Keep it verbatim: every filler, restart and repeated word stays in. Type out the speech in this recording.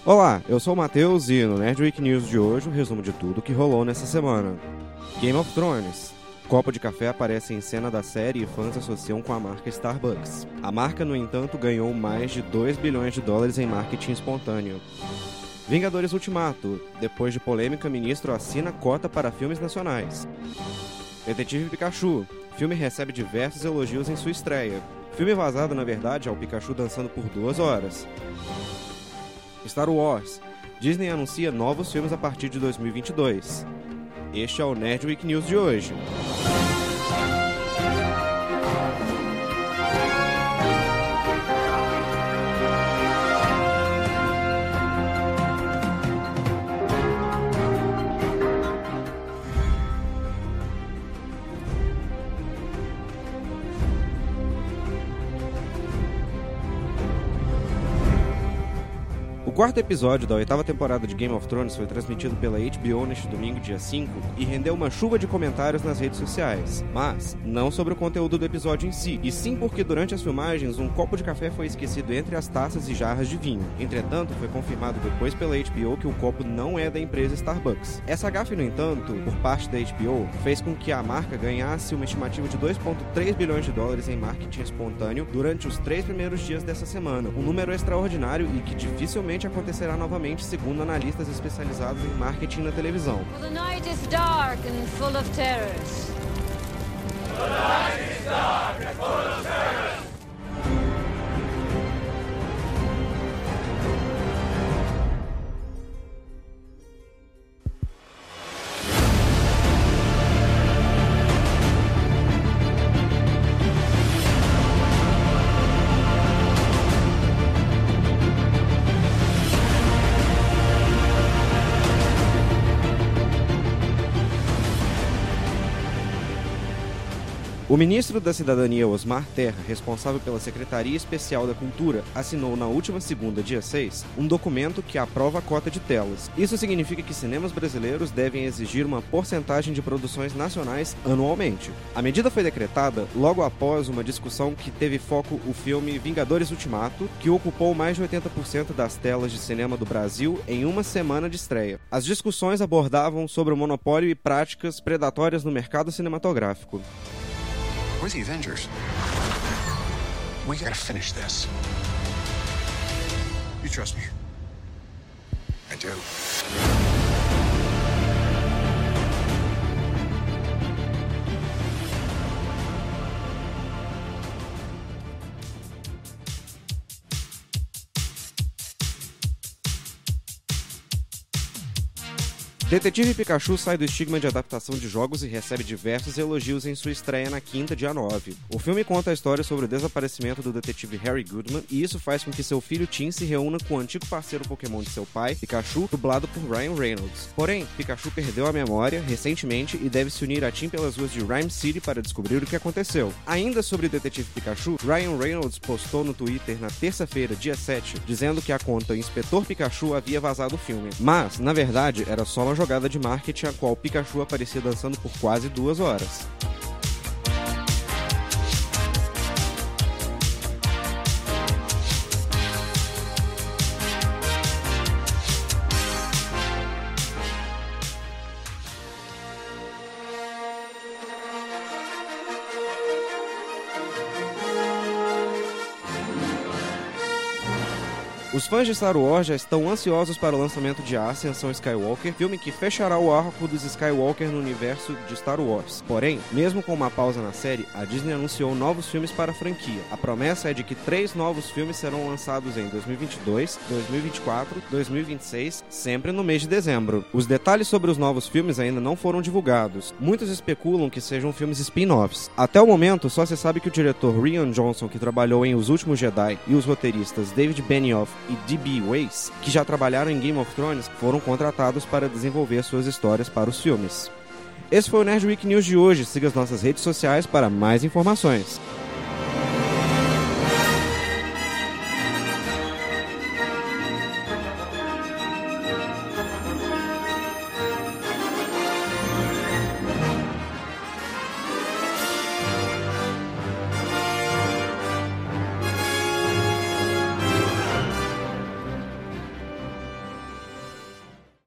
Olá, eu sou o Matheus e no Nerd Week News de hoje o resumo de tudo que rolou nessa semana. Game of Thrones. Copo de café aparece em cena da série e fãs associam com a marca Starbucks. A marca, no entanto, ganhou mais de dois bilhões de dólares em marketing espontâneo. Vingadores Ultimato. Depois de polêmica, ministro assina cota para filmes nacionais. Detetive Pikachu. Filme recebe diversos elogios em sua estreia. Filme vazado, na verdade, é o Pikachu dançando por duas horas. Star Wars. Disney anuncia novos filmes a partir de dois mil e vinte e dois. Este é o Nerd Week News de hoje. O quarto episódio da oitava temporada de Game of Thrones foi transmitido pela H B O neste domingo, dia cinco, e rendeu uma chuva de comentários nas redes sociais. Mas, não sobre o conteúdo do episódio em si, e sim porque durante as filmagens um copo de café foi esquecido entre as taças e jarras de vinho. Entretanto, foi confirmado depois pela H B O que o copo não é da empresa Starbucks. Essa gafe, no entanto, por parte da H B O, fez com que a marca ganhasse uma estimativa de dois vírgula três bilhões de dólares em marketing espontâneo durante os três primeiros dias dessa semana, um número extraordinário e que dificilmente acontecerá novamente, segundo analistas especializados em marketing na televisão. The night is dark and full of terrors. The night is dark and full of terrors. O ministro da Cidadania, Osmar Terra, responsável pela Secretaria Especial da Cultura, assinou na última segunda, dia seis, um documento que aprova a cota de telas. Isso significa que cinemas brasileiros devem exigir uma porcentagem de produções nacionais anualmente. A medida foi decretada logo após uma discussão que teve foco o filme Vingadores Ultimato, que ocupou mais de oitenta por cento das telas de cinema do Brasil em uma semana de estreia. As discussões abordavam sobre o monopólio e práticas predatórias no mercado cinematográfico. We're the Avengers. We gotta finish this. You trust me? I do. Detetive Pikachu sai do estigma de adaptação de jogos e recebe diversos elogios em sua estreia na quinta, dia nove. O filme conta a história sobre o desaparecimento do detetive Harry Goodman, e isso faz com que seu filho Tim se reúna com o antigo parceiro Pokémon de seu pai, Pikachu, dublado por Ryan Reynolds. Porém, Pikachu perdeu a memória recentemente e deve se unir a Tim pelas ruas de Rhyme City para descobrir o que aconteceu. Ainda sobre o detetive Pikachu, Ryan Reynolds postou no Twitter na terça-feira, dia sete, dizendo que a conta Inspetor Pikachu havia vazado o filme. Mas, na verdade, era só uma jogada de marketing a qual Pikachu aparecia dançando por quase duas horas. Os fãs de Star Wars já estão ansiosos para o lançamento de Ascensão Skywalker, filme que fechará o arco dos Skywalker no universo de Star Wars. Porém, mesmo com uma pausa na série, a Disney anunciou novos filmes para a franquia. A promessa é de que três novos filmes serão lançados em dois mil e vinte e dois, dois mil e vinte e quatro, dois mil e vinte e seis, sempre no mês de dezembro. Os detalhes sobre os novos filmes ainda não foram divulgados. Muitos especulam que sejam filmes spin-offs. Até o momento, só se sabe que o diretor Rian Johnson, que trabalhou em Os Últimos Jedi, e os roteiristas David Benioff e D B Weiss, que já trabalharam em Game of Thrones, foram contratados para desenvolver suas histórias para os filmes. Esse foi o Nerd Week News de hoje. Siga as nossas redes sociais para mais informações.